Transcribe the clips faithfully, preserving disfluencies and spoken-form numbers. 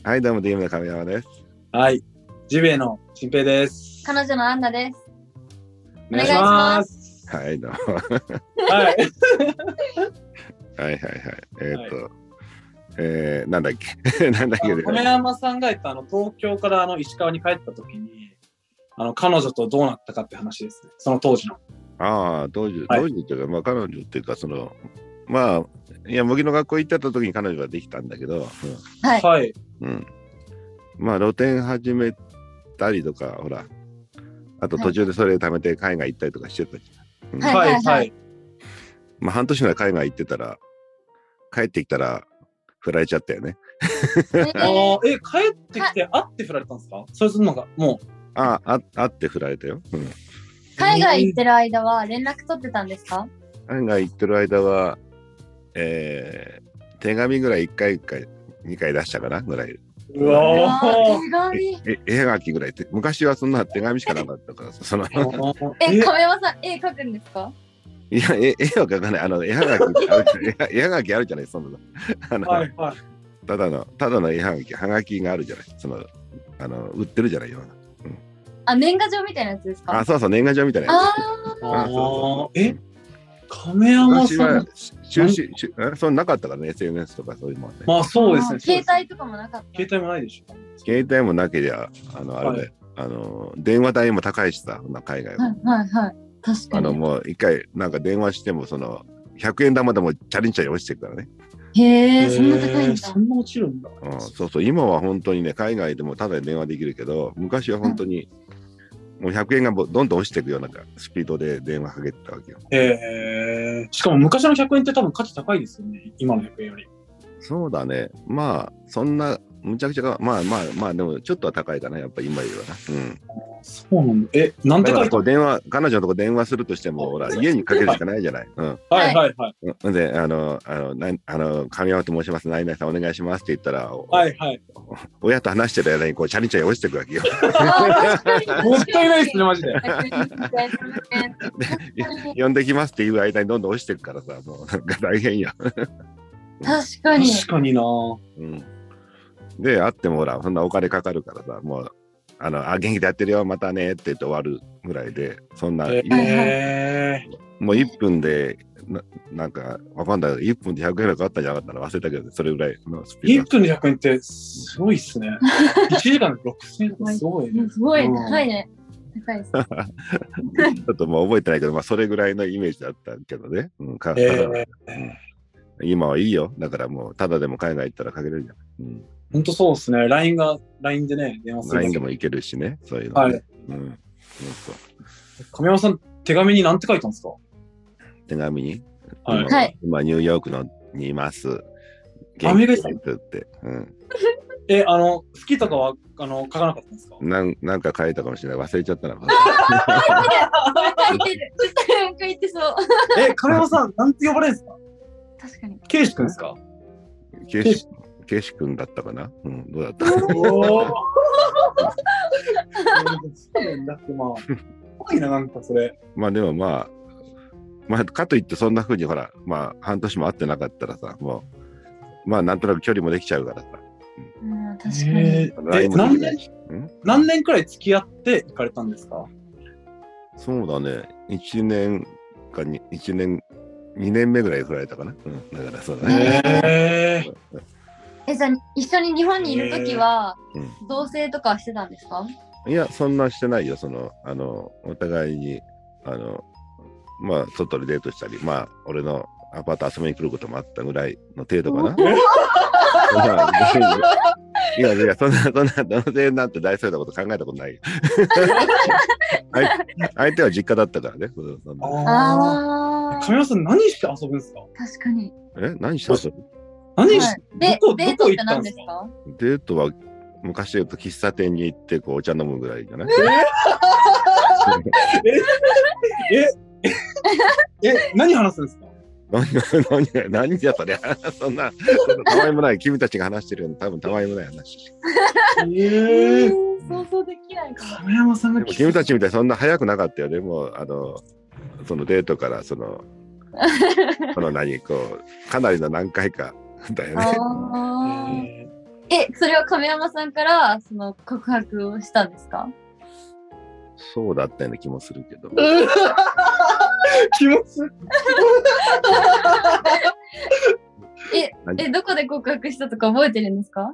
はい、どうも ディーエム の亀山です。 はい、ジビエの新平です。 彼女のアンナです。 お願いします。 はい、どうも。 はい。 はいはいはい。えー、っと、はい、えー、なんだっけなんだっけ亀山さんが言ったあの東京からあの石川に帰った時に、あの彼女とどうなったかって話ですね。その当時の。 ああ、当時、 はい、 当時っていうか、まあ彼女っていうか、その、まあ、いや、麦の学校行ってた時に彼女ができたんだけど、うん、 はい。 はい。 うん。まあ、露店始めたりとか、ほら、あと途中でそれ貯めて海外行ったりとかしてたじゃん。 はい、はい。 まあ、半年ぐらい海外行ってたら、帰ってきたら、振られちゃったよね。 えー、え、帰ってきて会って振られたんですか？それするのが、もう。 ああ、会って振られたよ。うん、 海外行ってる間は連絡取ってたんですか？ 海外行ってる間は、えー、手紙ぐらいいっかいかにかい出したかなぐらい。 うわー、手紙え絵はがきぐらいって、昔はそんな手紙しかなかったからさ、そのえ、亀山さん、絵描くんですか？ いや、絵は描かない、あの絵はがきある絵はがきあるじゃない、そのあの、はいはい、ただのただの絵はがき、はがきがあるじゃない、そのあの売ってるじゃないよ、うん、 あ、年賀状みたいなやつですか？ あ、そうそう、年賀状みたいなやつ。 あああ、え、亀山さん中止、そんななかったからね、エスエヌエス とかそういうもんね。 まあそうですね。 携帯とかもなかった。 携帯もないでしょ。 携帯もなけりゃ、あの、あれで、はい、あの、電話代も高いしさ、海外は。 はいはいはい。確かに。 あの、もう一回、なんか電話しても、その、ひゃくえん玉でもチャリンチャリン落ちてるからね。 へえ、そんな高いんだ。 そんな落ちるんだ。 うん、そうそう、今は本当にね、海外でもただで電話できるけど、昔は本当に、もうひゃくえんがどんどん落ちていくようなスピードで電話かけてたわけよ。 へえ。しかも昔のひゃくえんって多分価値高いですよね、今のひゃくえんより。 そうだね。まあ、そんな、むちゃくちゃか、まあまあまあ、でもちょっとは高いかな、やっぱり今よりはな。うん。 そうなんだ。え、なんて書いてある？ 電話、彼女のとこ電話するとしても、ほら、家にかけるしかないじゃない。うん。 はいはいはい。 うん、で、あの、あの、なあの神山と申します、ナイナイさんお願いしますって言ったら、 はいはい。 親と話してる間に、こう、チャリンチャリン落ちてくわけよ。 もったいないですね、マジで。 呼んできますっていう間にどんどん落ちてくからさ、もう、なんか大変や。 確かに。 確かにな。 うん。で、会ってもほら、そんなお金かかるからさ、もう、あの、あ、元気でやってるよ、またねって言って終わるぐらいで、そんな、 えー、もういっぷんで、な, なんか、わかんない、いっぷんでひゃくえんぐらいかかったんじゃなかったの忘れたけど、ね、それぐらいのスピード。 いっぷんでひゃくえんってすごいっすね。いちじかんでろくせんえんとかすごいね。 すごい、高いね。高いです。ちょっともう覚えてないけど、まあ、それぐらいのイメージだったけどね。うん、かえーうん、 今はいいよ。だからもう、ただでも海外行ったらかけれるじゃん。うん、 ほんとそうですね。ライン が、ライン でね、電話する。 ライン でもいけるしね。そういうの、ね。はい。うん。そう亀山さん、手紙に何て書いたんですか？ 手紙に、 はい、 今、今ニューヨークのにいます。 アメリカって。うん。 え、あの、好きとかは、あの、書かなかったんですか？ なん、なんか書いたかもしれない。忘れちゃったな。 書いてる。書いてそう。 え、亀山さん、なんて呼ばれるんですか？ 確かに。 ケイシ君ですか？ ケイシ、ケイシ君だったかな。うん、どうだった？ おー。だってまあ、すごいな、なんかそれ。 まあでもまあ、まあ、かといってそんな風にほら、まあ、半年も会ってなかったらさ、もう、まあ、なんとなく距離もできちゃうからさ。 うん、確かに。 えー、え何年、何年くらい付き合って行かれたんですか？ そうだね、いちねんかに、いちねん、にねんめぐらい振られたかな。うん、だからそうだね。 えー、 え、じゃあ、一緒に日本にいるときは、同棲とかしてたんですか？ いや、そんなしてないよ。その、あの、お互いに、あの、まあ、外でデートしたり、まあ、俺のアパート遊びに来ることもあったぐらいの程度かな。いやいや、そんな、そんな、男性なんて大それたこと考えたことないよ。相手は実家だったからね。 ああ。亀山さん、何して遊ぶんですか？ 確かに。 え、何して遊ぶ？ 何して、 デートって何ですか？ デートは、昔で言うと喫茶店に行って、こう、お茶飲むぐらいじゃない？ えええ、え、何話すんですか？ 何何何じゃそりゃそんなたわいもない君たちが話してるような多分たわいもない話。 ええー、想像できないかな。亀山さんが君たちみたいそんな早くなかったよね。もうあのそのデートからそのその何こうかなりの何回かだよね。 え、それは亀山さんからその告白をしたんですか？ そうだったような気もするけど。 気もする。 え、え、どこで告白したとか覚えてるんですか？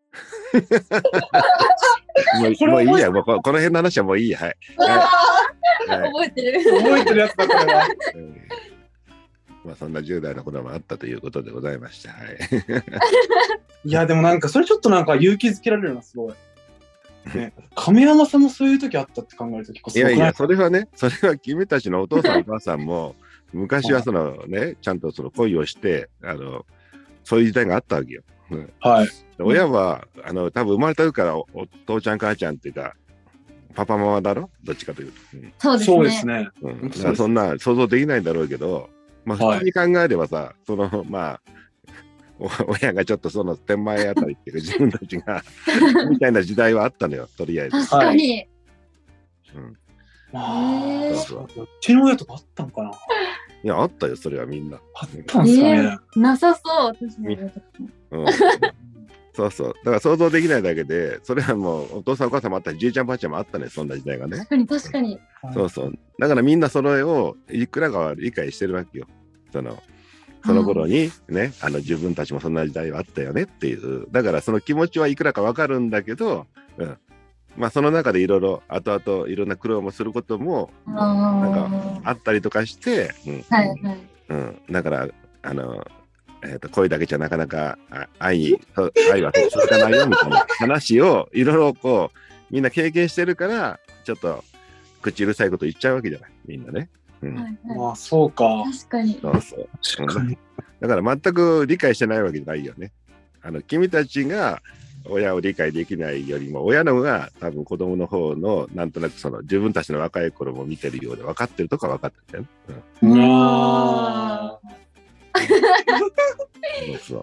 もうもういいや、もうここの辺の話はもういいや。はい。 はい、覚えてる。 覚えてるやつだこれは。 まあそんなじゅう代の頃もあったということでございました。はい。 いやでもなんかそれちょっとなんか勇気づけられるなすごい。ね、亀山さんもそういう時あったって考えると結構すごくない？ いやいや、それはね、それは君たちのお父さんお母さんも昔はそのね、ちゃんとその恋をしてあのそういう時代があったわけよ。うん、はい。親はあの多分生まれた時から お, お父ちゃん母ちゃんっていうかパパママだろ、どっちかというと。うん、 そうですね。 うん、だからそんな想像できないんだろうけど、まあ普通に考えればさ、はい、そのまあ。親がちょっとその天前あたりっていうか自分たちがみたいな時代はあったのよ、とりあえず。 確かに。 うん。ああ、そうそう。うちの親とかあったんかな。 いや、あったよ、それはみんな。 あったんですかね。 えー、なさそう、私の親とか。 うん。そうそう。だから想像できないだけで、それはもうお父さんお母さんもあったり、じいちゃんばあちゃんもあったね、そんな時代がね。 確かに確かに。 そうそう。だからみんなそれをいくらかは理解してるわけよ。その。その頃にね、あの自分たちもそんな時代はあったよねっていう、だからその気持ちはいくらかわかるんだけど、うん、まあその中でいろいろ後々いろんな苦労もすることもなんかあったりとかして、うんはいはいうん、だからあの、えーと、恋だけじゃなかなか愛に愛は続かないよみたいな話をいろいろこうみんな経験してるからちょっと口うるさいこと言っちゃうわけじゃないみんなね。うんはいはい、 まあそうか。 確かに。 そうそう。確かに。だから全く理解してないわけじゃないよね。あの君たちが親を理解できないよりも親の方が多分子供の方のなんとなくその自分たちの若い頃も見てるようで分かってるとか分かってるんだよね。うん。あそうそう。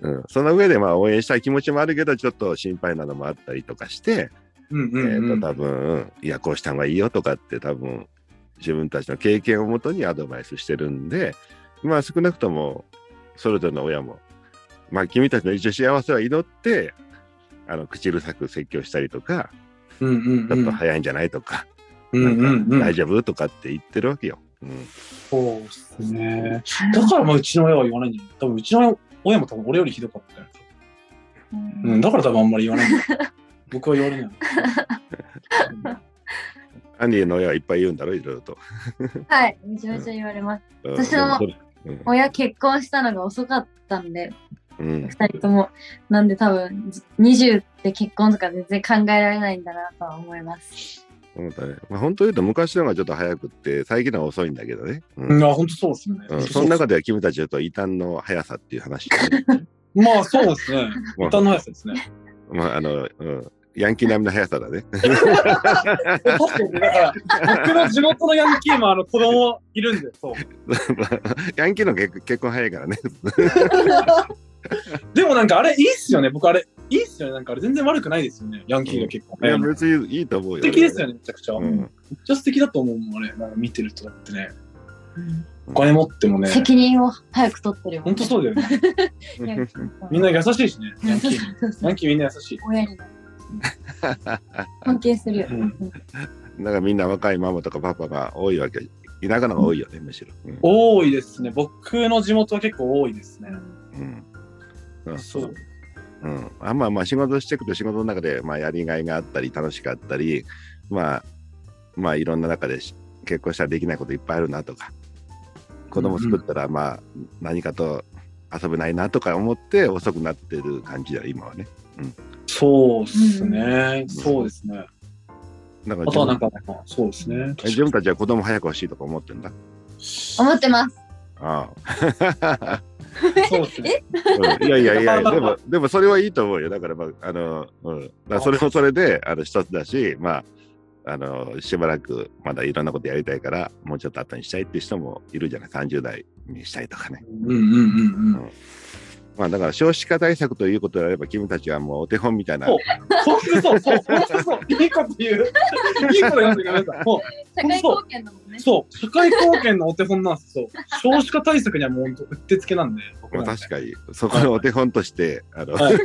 うん。その上でまあ応援したい気持ちもあるけどちょっと心配なのもあったりとかして、うんうんうん、えっと多分いやこうした方がいいよとかって多分。自分たちの経験をもとにアドバイスしてるんで、まあ少なくともそれぞれの親も、まあ君たちの一応幸せは祈って、あの口うるさく説教したりとか、うんうんうん、ちょっと早いんじゃないとか、うんうんうん、なんか大丈夫とかって言ってるわけよ。うん、 そうですね。だからまあうちの親は言わないんじゃない？多分うちの親も多分俺よりひどかったよ。うん、うん、だから多分あんまり言わないんだよ。僕は言われない。 アンディの親はいっぱい言うんだろ、いろいろと。 はい、めちゃめちゃ言われます。うん、私の親結婚したのが遅かったんで、うん、ふたりとも。なんで多分、にじゅうで結婚とか全然考えられないんだなとは思います。 本当ね。まあ、本当言うと昔の方がちょっと早くって、最近のは遅いんだけどね。 うん、いや、本当そうですよね。 うん、その中では君たちと異端の速さっていう話、ね。 まあそうですね。異端の速さですね。 まあ、あの、うん。ヤンキー並みの速さだね。 確かに、だから、僕の地元のヤンキーもあの子供いるんで、そう。 ヤンキーの結結婚早いからね。 でもなんかあれいいっすよね、僕あれ。いいっすよね、なんかあれ全然悪くないですよね、ヤンキーが結婚早い。 いや、別にいいと思うよ。 素敵ですよね、めちゃくちゃ。うん、めっちゃ素敵だと思うもん、あれ。なんか見てる人だってね。お金持ってもね。 責任を早く取ってる。 ほんとそうだよね。みんな優しいしね、ヤンキー。ヤンキーみんな優しい。 親になる。尊敬するよ、うん、 だからみんな若いママとかパパが多いわけ、田舎のが多いよね、むしろ、 うん、多いですね。僕の地元は結構多いですね。 うん、そうそう、うん、あんままあ仕事していくと仕事の中でまあやりがいがあったり楽しかったり、まあまあいろんな中で結婚したらできないこといっぱいあるなとか、子供作ったらまあ何かと遊べないなとか思って遅くなってる感じだ今はね。うん、 そうですね、うん、そうですね。だからあとはなんか、そうですね。 自分たちは子供早く欲しいとか思ってんだ。 思ってます。 ああ。そうですね。うん、いやいやいや、でも、でもそれはいいと思うよ。だから、まあ、あの、うん、だからそれもそれで、あの、一つだし、まあ、あの、しばらくまだいろんなことやりたいから、もうちょっと後にしたいっていう人もいるじゃない。さんじゅう代にしたいとかね。うんうんうんうん。うん、 まあだから少子化対策ということであれば、君たちはもうお手本みたいな。 そう、そうそうそう、そうそう、いいこと言う。いいこと言わせてください。もう社会貢献だもんね。 そう、社会貢献のお手本なんですよ。少子化対策にはもう本当うってつけなんで。 まあ確かに、そこのお手本として、あの、 はい、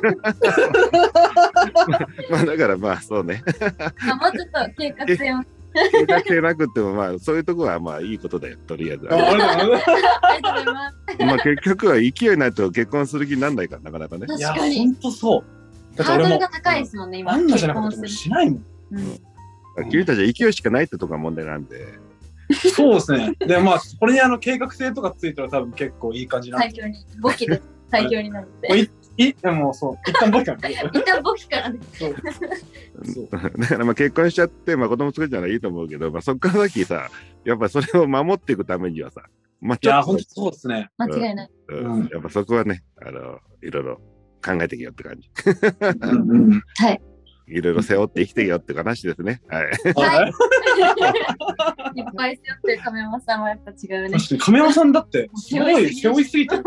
まあだからまあそうね。 あ、もうちょっと計画性を。 計画性なくてもまあそういうところはまあいいことだよ、とりあえず。 あ、ありがとうございます。 ありがとうございます。 まあ結局は勢いないと結婚する気にならないから、なかなかね。 いや、ほんとそう。 ハードルが高いですもんね、今。 あんなじゃなくてもしないもん。 うん、君たちは勢いしかないってとこが問題なんで。 そうですね。で、まあ、これにあの計画性とかついたら多分結構いい感じなんで。 最強に、簿記で最強になるんで。 いい、でもそう、一旦簿記から。 一旦簿記からね。 そうだからまあ結婚しちゃって、まあ子供作るじゃないいいと思うけど、まあそっから先さ、やっぱそれを守っていくためにはさ、まあちょっと。いや、ほんとそうですね。 間違いない。 うんうん、やっぱそこはね、あの、いろいろ考えていけよって感じ。 はい。 いろいろ背負って生きていけよって話ですね。はい。 はい。いっぱい背負ってる亀山さんはやっぱ違うね。 確かに亀山さんだってすごい背負いすぎてる。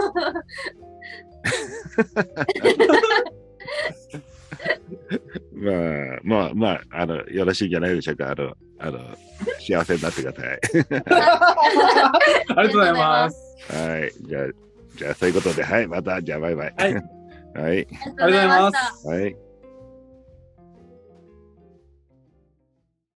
まあまあまああのよろしいんじゃないでしょうか。あのあの幸せになってください。 ありがとうございます。 はい、じゃあじゃあそういうことで、はい、またじゃあバイバイ。 はい。 はい。ありがとうございました。 はい。